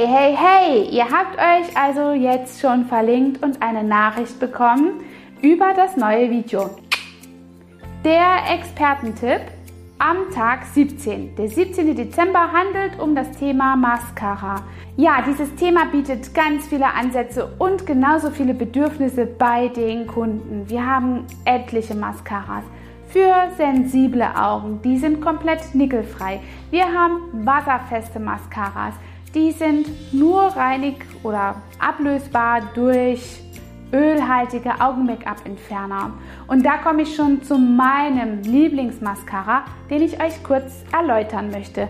Hey, hey, hey! Ihr habt euch also jetzt schon verlinkt und eine Nachricht bekommen über das neue Video. Der Expertentipp am Tag 17. Der 17. Dezember handelt um das Thema Mascara. Ja, dieses Thema bietet ganz viele Ansätze und genauso viele Bedürfnisse bei den Kunden. Wir haben etliche Mascaras für sensible Augen, die sind komplett nickelfrei. Wir haben wasserfeste Mascaras, die sind nur reinig oder ablösbar durch ölhaltige Augen-Make-up-Entferner. Und da komme ich schon zu meinem Lieblingsmascara, den ich euch kurz erläutern möchte.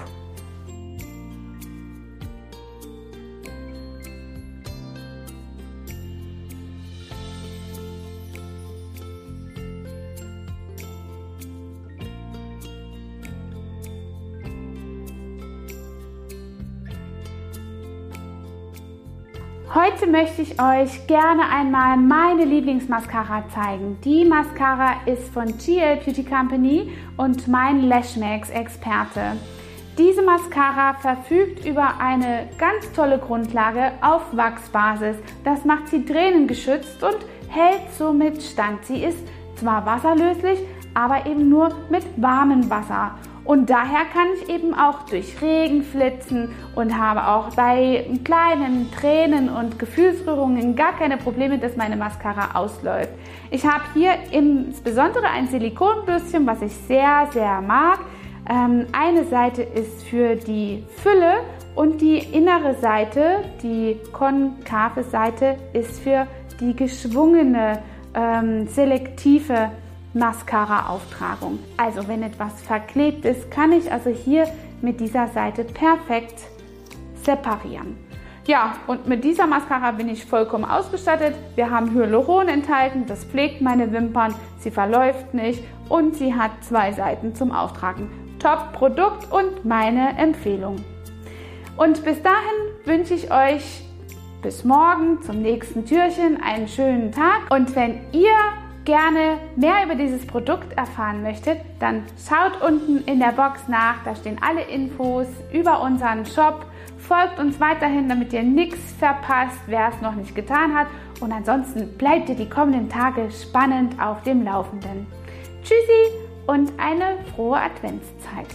Heute möchte ich euch gerne einmal meine Lieblingsmascara zeigen. Die Mascara ist von GL Beauty Company und mein Lashmax-Experte. Diese Mascara verfügt über eine ganz tolle Grundlage auf Wachsbasis. Das macht sie tränengeschützt und hält somit stand. Sie ist zwar wasserlöslich, aber eben nur mit warmem Wasser. Und daher kann ich eben auch durch Regen flitzen und habe auch bei kleinen Tränen und Gefühlsrührungen gar keine Probleme, dass meine Mascara ausläuft. Ich habe hier insbesondere ein Silikonbürstchen, was ich sehr, sehr mag. Eine Seite ist für die Fülle und die innere Seite, die konkave Seite, ist für die geschwungene, selektive Mascara-Auftragung. Also wenn etwas verklebt ist, kann ich also hier mit dieser Seite perfekt separieren. Ja, und mit dieser Mascara bin ich vollkommen ausgestattet. Wir haben Hyaluron enthalten, das pflegt meine Wimpern, sie verläuft nicht und sie hat 2 Seiten zum Auftragen. Top-Produkt und meine Empfehlung. Und bis dahin wünsche ich euch bis morgen zum nächsten Türchen einen schönen Tag. Und wenn ihr gerne mehr über dieses Produkt erfahren möchtet, dann schaut unten in der Box nach, da stehen alle Infos über unseren Shop. Folgt uns weiterhin, damit ihr nichts verpasst, wer es noch nicht getan hat. Und ansonsten bleibt ihr die kommenden Tage spannend auf dem Laufenden. Tschüssi und eine frohe Adventszeit.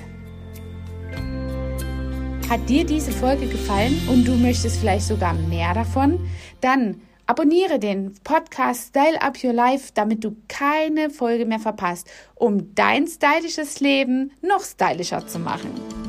Hat dir diese Folge gefallen und du möchtest vielleicht sogar mehr davon? Dann abonniere den Podcast Style Up Your Life, damit du keine Folge mehr verpasst, um dein stylisches Leben noch stylischer zu machen.